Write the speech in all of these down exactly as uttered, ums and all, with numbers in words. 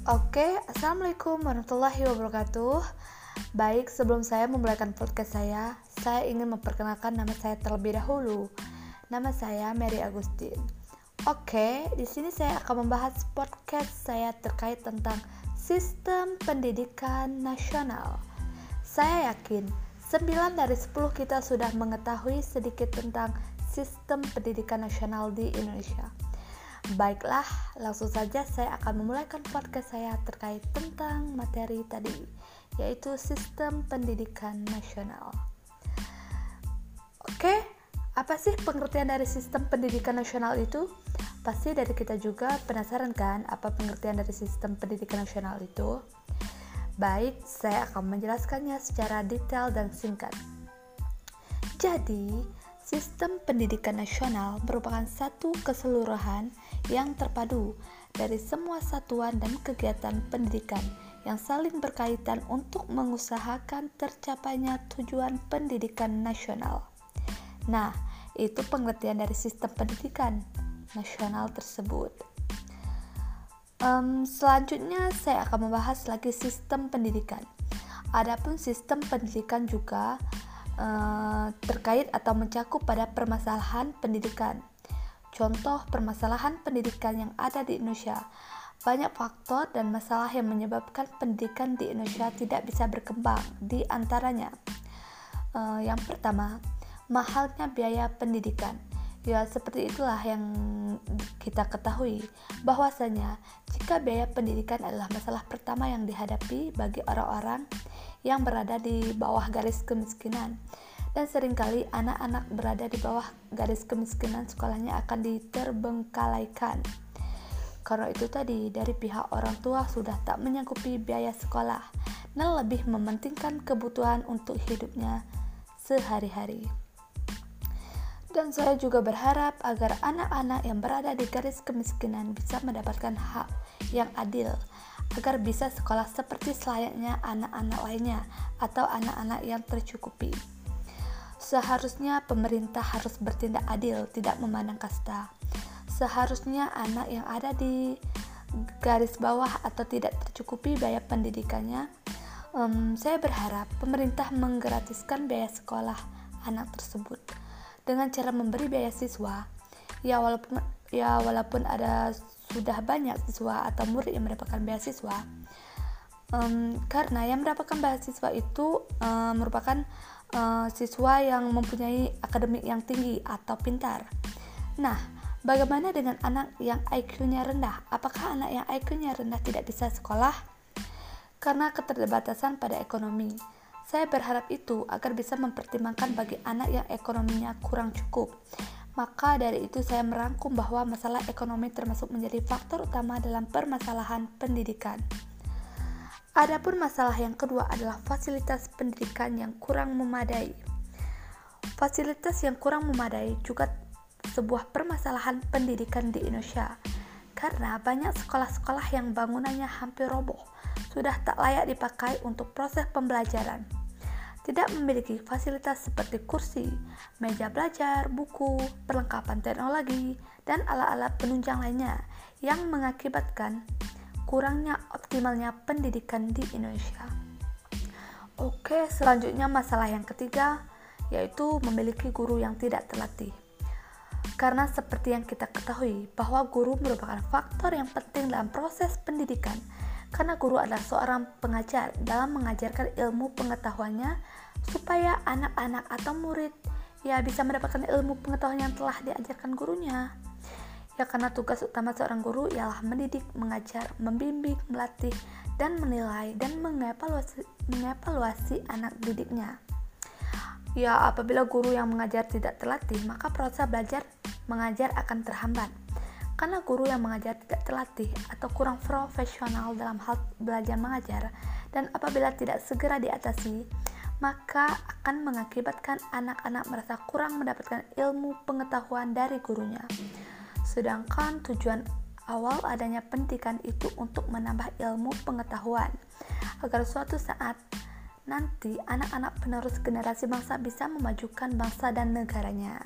Oke, Assalamualaikum warahmatullahi wabarakatuh. Baik, sebelum saya memulaikan podcast saya, saya ingin memperkenalkan nama saya terlebih dahulu. Nama saya Mary Agustin. Oke, di sini saya akan membahas podcast saya terkait tentang sistem pendidikan nasional. Saya yakin sembilan dari sepuluh kita sudah mengetahui sedikit tentang sistem pendidikan nasional di Indonesia. Baiklah, langsung saja saya akan memulaikan podcast saya terkait tentang materi tadi, yaitu sistem pendidikan nasional. Oke, apa sih pengertian dari sistem pendidikan nasional itu? Pasti dari kita juga penasaran kan apa pengertian dari sistem pendidikan nasional itu? Baik, saya akan menjelaskannya secara detail dan singkat. Jadi, sistem pendidikan nasional merupakan satu keseluruhan yang terpadu dari semua satuan dan kegiatan pendidikan yang saling berkaitan untuk mengusahakan tercapainya tujuan pendidikan nasional. Nah, itu pengertian dari sistem pendidikan nasional tersebut. Um, selanjutnya saya akan membahas lagi sistem pendidikan. Adapun sistem pendidikan juga uh, terkait atau mencakup pada permasalahan pendidikan. Contoh permasalahan pendidikan yang ada di Indonesia. Banyak faktor dan masalah yang menyebabkan pendidikan di Indonesia tidak bisa berkembang. Di antaranya, uh, yang pertama, mahalnya biaya pendidikan. Ya, seperti itulah yang kita ketahui, bahwasanya jika biaya pendidikan adalah masalah pertama yang dihadapi bagi orang-orang yang berada di bawah garis kemiskinan, dan seringkali anak-anak berada di bawah garis kemiskinan sekolahnya akan diterbengkalaikan. Karena itu tadi, dari pihak orang tua sudah tak menyanggupi biaya sekolah dan lebih mementingkan kebutuhan untuk hidupnya sehari-hari. Dan saya juga berharap agar anak-anak yang berada di garis kemiskinan bisa mendapatkan hak yang adil, agar bisa sekolah seperti selayaknya anak-anak lainnya atau anak-anak yang tercukupi. Seharusnya pemerintah harus bertindak adil, tidak memandang kasta. Seharusnya anak yang ada di garis bawah atau tidak tercukupi biaya pendidikannya, um, saya berharap pemerintah menggratiskan biaya sekolah anak tersebut dengan cara memberi biaya siswa. Ya walaupun ya walaupun ada sudah banyak siswa atau murid yang mendapatkan beasiswa, um, karena yang mendapatkan beasiswa itu um, merupakan uh, siswa yang mempunyai akademik yang tinggi atau pintar. Nah, bagaimana dengan anak yang I Q-nya rendah? Apakah anak yang I Q-nya rendah tidak bisa sekolah? Karena keterbatasan pada ekonomi. Saya berharap itu agar bisa mempertimbangkan bagi anak yang ekonominya kurang cukup. Maka dari itu saya merangkum bahwa masalah ekonomi termasuk menjadi faktor utama dalam permasalahan pendidikan. Adapun masalah yang kedua adalah fasilitas pendidikan yang kurang memadai. Fasilitas yang kurang memadai juga sebuah permasalahan pendidikan di Indonesia, karena banyak sekolah-sekolah yang bangunannya hampir roboh, sudah tak layak dipakai untuk proses pembelajaran. Tidak memiliki fasilitas seperti kursi, meja belajar, buku, perlengkapan teknologi, dan alat-alat penunjang lainnya yang mengakibatkan kurangnya optimalnya pendidikan di Indonesia. Oke, selanjutnya masalah yang ketiga, yaitu memiliki guru yang tidak terlatih. Karena seperti yang kita ketahui, bahwa guru merupakan faktor yang penting dalam proses pendidikan, karena guru adalah seorang pengajar dalam mengajarkan ilmu pengetahuannya supaya anak-anak atau murid ya bisa mendapatkan ilmu pengetahuan yang telah diajarkan gurunya. Ya, karena tugas utama seorang guru ialah mendidik, mengajar, membimbing, melatih, dan menilai dan mengevaluasi, mengevaluasi anak didiknya. Ya, apabila guru yang mengajar tidak terlatih, maka proses belajar mengajar akan terhambat. Karena guru yang mengajar tidak terlatih atau kurang profesional dalam hal belajar mengajar, dan apabila tidak segera diatasi, maka akan mengakibatkan anak-anak merasa kurang mendapatkan ilmu pengetahuan dari gurunya. Sedangkan tujuan awal adanya pendidikan itu untuk menambah ilmu pengetahuan, agar suatu saat nanti anak-anak penerus generasi bangsa bisa memajukan bangsa dan negaranya.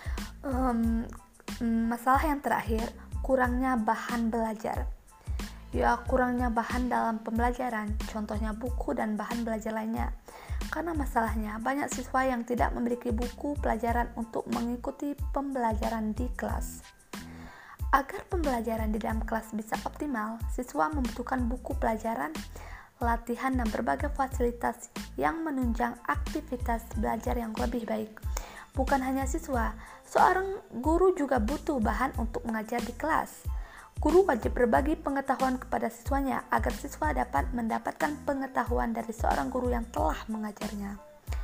Um, Masalah yang terakhir, kurangnya bahan belajar. Ya, kurangnya bahan dalam pembelajaran, contohnya buku dan bahan belajar lainnya. Karena masalahnya, banyak siswa yang tidak memiliki buku pelajaran untuk mengikuti pembelajaran di kelas. Agar pembelajaran di dalam kelas bisa optimal, siswa membutuhkan buku pelajaran, latihan, dan berbagai fasilitas yang menunjang aktivitas belajar yang lebih baik. Bukan hanya siswa, seorang guru juga butuh bahan untuk mengajar di kelas. Guru wajib berbagi pengetahuan kepada siswanya agar siswa dapat mendapatkan pengetahuan dari seorang guru yang telah mengajarnya.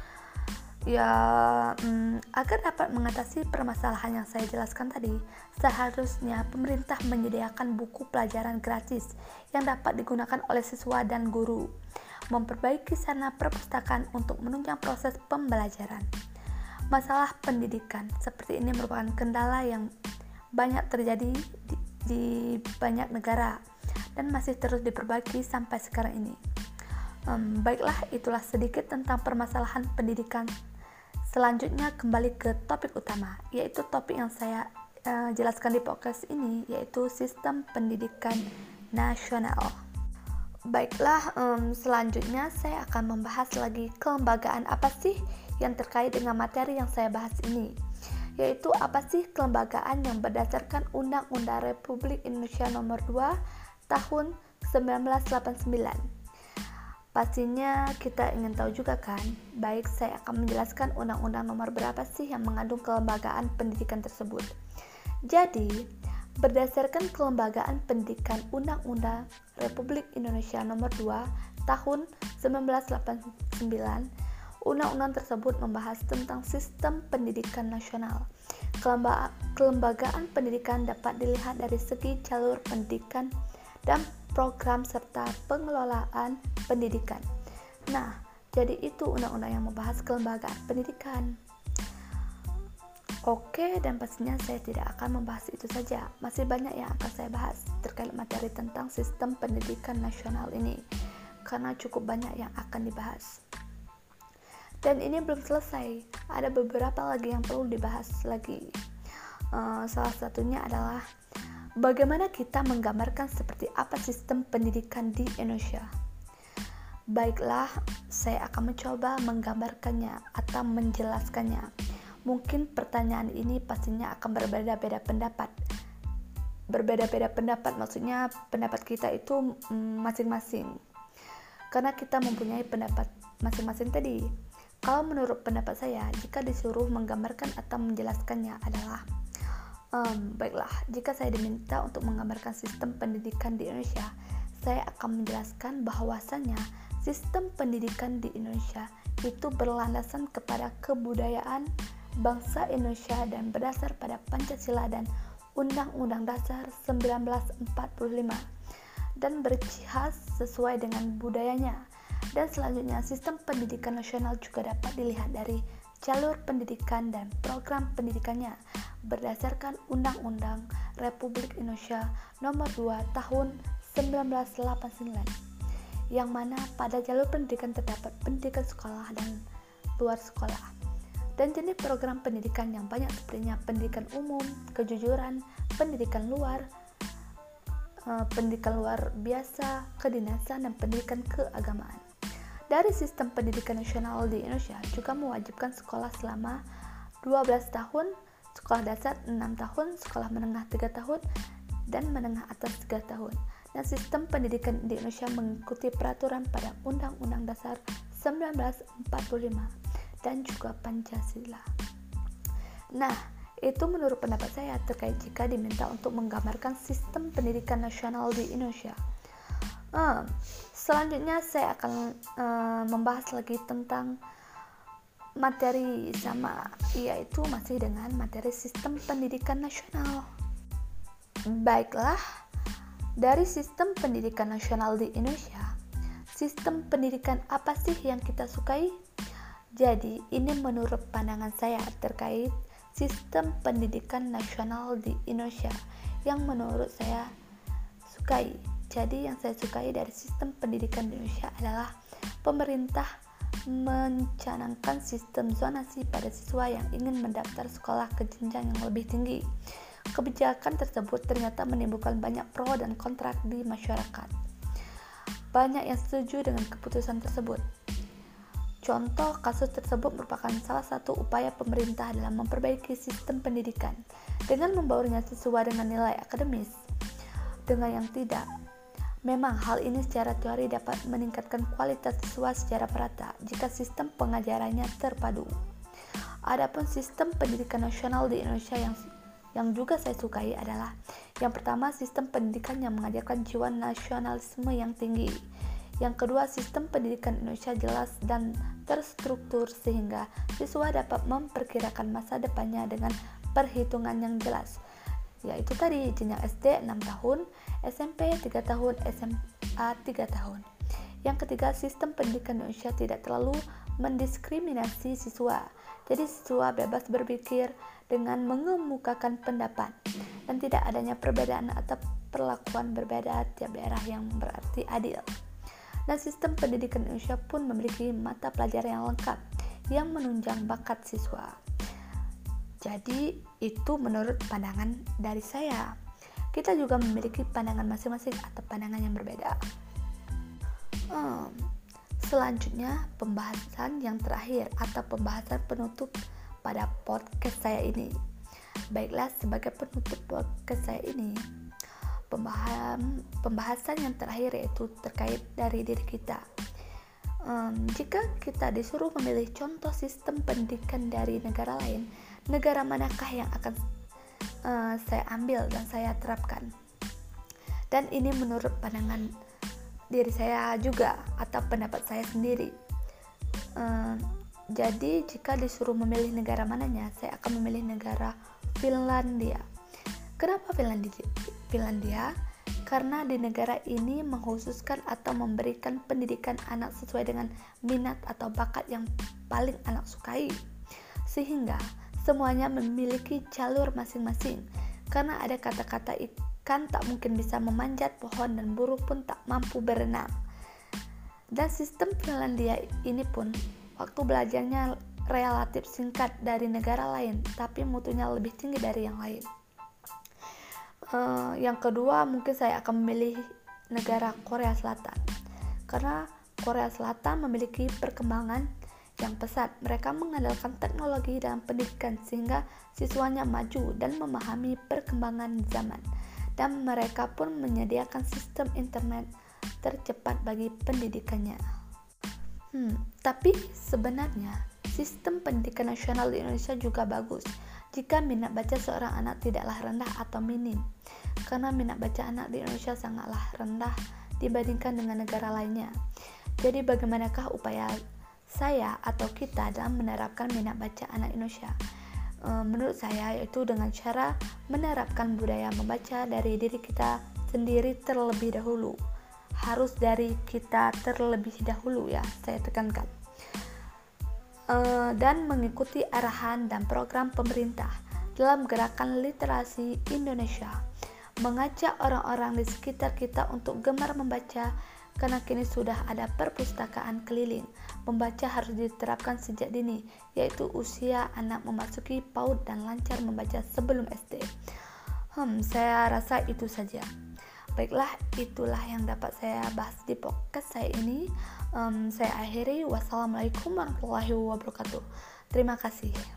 Ya, hmm, agar dapat mengatasi permasalahan yang saya jelaskan tadi, seharusnya pemerintah menyediakan buku pelajaran gratis yang dapat digunakan oleh siswa dan guru, memperbaiki sarana perpustakaan untuk menunjang proses pembelajaran. Masalah pendidikan seperti ini merupakan kendala yang banyak terjadi di, di banyak negara dan masih terus diperbaiki sampai sekarang ini. Um, baiklah, itulah sedikit tentang permasalahan pendidikan. Selanjutnya kembali ke topik utama, yaitu topik yang saya uh, jelaskan di podcast ini, yaitu sistem pendidikan nasional. Baiklah, um, selanjutnya saya akan membahas lagi kelembagaan apa sih yang terkait dengan materi yang saya bahas ini, yaitu apa sih kelembagaan yang berdasarkan Undang-Undang Republik Indonesia Nomor dua Tahun sembilan belas delapan puluh sembilan. Pastinya kita ingin tahu juga kan? Baik, saya akan menjelaskan undang-undang nomor berapa sih yang mengandung kelembagaan pendidikan tersebut. Jadi, berdasarkan kelembagaan pendidikan Undang-Undang Republik Indonesia Nomor dua Tahun sembilan belas delapan puluh sembilan, undang-undang tersebut membahas tentang sistem pendidikan nasional. Kelemba- kelembagaan pendidikan dapat dilihat dari segi jalur pendidikan dan program serta pengelolaan pendidikan. Nah, jadi itu undang-undang yang membahas kelembagaan pendidikan. Oke, dan pastinya saya tidak akan membahas itu saja. Masih banyak yang akan saya bahas terkait materi tentang sistem pendidikan nasional ini, karena cukup banyak yang akan dibahas. Dan ini belum selesai, ada beberapa lagi yang perlu dibahas lagi. Uh, salah satunya adalah bagaimana kita menggambarkan seperti apa sistem pendidikan di Indonesia. Baiklah, saya akan mencoba menggambarkannya atau menjelaskannya. Mungkin pertanyaan ini pastinya akan berbeda-beda pendapat. Berbeda-beda pendapat maksudnya pendapat kita itu mm, masing-masing. Karena kita mempunyai pendapat masing-masing tadi. Kalau menurut pendapat saya, jika disuruh menggambarkan atau menjelaskannya adalah Um, baiklah, jika saya diminta untuk menggambarkan sistem pendidikan di Indonesia, saya akan menjelaskan bahwasannya sistem pendidikan di Indonesia itu berlandasan kepada kebudayaan bangsa Indonesia dan berdasar pada Pancasila dan Undang-Undang Dasar seribu sembilan ratus empat puluh lima dan berciri khas sesuai dengan budayanya. Dan selanjutnya, sistem pendidikan nasional juga dapat dilihat dari jalur pendidikan dan program pendidikannya berdasarkan Undang-Undang Republik Indonesia Nomor dua Tahun sembilan belas delapan puluh sembilan, yang mana pada jalur pendidikan terdapat pendidikan sekolah dan luar sekolah, dan jenis program pendidikan yang banyak sepertinya pendidikan umum, kejujuran, pendidikan luar, pendidikan luar biasa, kedinasan, dan pendidikan keagamaan. Dari sistem pendidikan nasional di Indonesia juga mewajibkan sekolah selama dua belas tahun, sekolah dasar enam tahun, sekolah menengah tiga tahun, dan menengah atas tiga tahun. Dan sistem pendidikan di Indonesia mengikuti peraturan pada Undang-Undang Dasar seribu sembilan ratus empat puluh lima dan juga Pancasila. Nah, itu menurut pendapat saya terkait jika diminta untuk menggambarkan sistem pendidikan nasional di Indonesia. Hmm, selanjutnya saya akan uh, membahas lagi tentang materi sama, yaitu masih dengan materi sistem pendidikan nasional. Baiklah, dari sistem pendidikan nasional di Indonesia, sistem pendidikan apa sih yang kita sukai? Jadi, ini menurut pandangan saya terkait sistem pendidikan nasional di Indonesia yang menurut saya sukai. Jadi yang saya sukai dari sistem pendidikan di Indonesia adalah pemerintah mencanangkan sistem zonasi pada siswa yang ingin mendaftar sekolah ke jenjang yang lebih tinggi. Kebijakan tersebut ternyata menimbulkan banyak pro dan kontra di masyarakat. Banyak yang setuju dengan keputusan tersebut. Contoh kasus tersebut merupakan salah satu upaya pemerintah dalam memperbaiki sistem pendidikan dengan membaurnya siswa dengan nilai akademis dengan yang tidak. Memang hal ini secara teori dapat meningkatkan kualitas siswa secara merata jika sistem pengajarannya terpadu. Adapun sistem pendidikan nasional di Indonesia yang yang juga saya sukai adalah yang pertama, sistem pendidikan yang mengajarkan jiwa nasionalisme yang tinggi. Yang kedua, sistem pendidikan Indonesia jelas dan terstruktur sehingga siswa dapat memperkirakan masa depannya dengan perhitungan yang jelas, yaitu tadi jenjang S D enam tahun, S M P tiga tahun, S M A tiga tahun. Yang ketiga, sistem pendidikan Indonesia tidak terlalu mendiskriminasi siswa. Jadi siswa bebas berpikir dengan mengemukakan pendapat dan tidak adanya perbedaan atau perlakuan berbeda tiap daerah yang berarti adil. Dan sistem pendidikan Indonesia pun memiliki mata pelajaran yang lengkap yang menunjang bakat siswa. Jadi itu menurut pandangan dari saya. Kita juga memiliki pandangan masing-masing atau pandangan yang berbeda. Hmm, selanjutnya pembahasan yang terakhir atau pembahasan penutup pada podcast saya ini. Baiklah, sebagai penutup podcast saya ini, Pembahasan, pembahasan yang terakhir yaitu terkait dari diri kita. Um, jika kita disuruh memilih contoh sistem pendidikan dari negara lain, negara manakah yang akan uh, saya ambil dan saya terapkan? Dan ini menurut pandangan diri saya juga atau pendapat saya sendiri. Uh, jadi jika disuruh memilih negara mananya, saya akan memilih negara Finlandia. Kenapa Finlandia? Finlandia? Karena di negara ini mengkhususkan atau memberikan pendidikan anak sesuai dengan minat atau bakat yang paling anak sukai, sehingga semuanya memiliki jalur masing-masing. Karena ada kata-kata ikan tak mungkin bisa memanjat pohon dan burung pun tak mampu berenang. Dan sistem Finlandia ini pun waktu belajarnya relatif singkat dari negara lain, tapi mutunya lebih tinggi dari yang lain. Uh, yang kedua, mungkin saya akan memilih negara Korea Selatan karena Korea Selatan memiliki perkembangan yang pesat. Mereka mengandalkan teknologi dalam pendidikan sehingga siswanya maju dan memahami perkembangan zaman, dan mereka pun menyediakan sistem internet tercepat bagi pendidikannya. Hmm, tapi sebenarnya sistem pendidikan nasional di Indonesia juga bagus jika minat baca seorang anak tidaklah rendah atau minim, karena minat baca anak di Indonesia sangatlah rendah dibandingkan dengan negara lainnya. Jadi bagaimanakah upaya saya atau kita dalam menerapkan minat baca anak Indonesia? E, menurut saya yaitu dengan cara menerapkan budaya membaca dari diri kita sendiri terlebih dahulu. Harus dari kita terlebih dahulu ya, saya tekankan. Uh, dan mengikuti arahan dan program pemerintah dalam gerakan literasi Indonesia, mengajak orang-orang di sekitar kita untuk gemar membaca karena kini sudah ada perpustakaan keliling. Membaca harus diterapkan sejak dini, yaitu usia anak memasuki PAUD dan lancar membaca sebelum S D. Hmm, saya rasa itu saja. Baiklah, itulah yang dapat saya bahas di podcast saya ini. Um, saya akhiri. Wassalamualaikum warahmatullahi wabarakatuh. Terima kasih.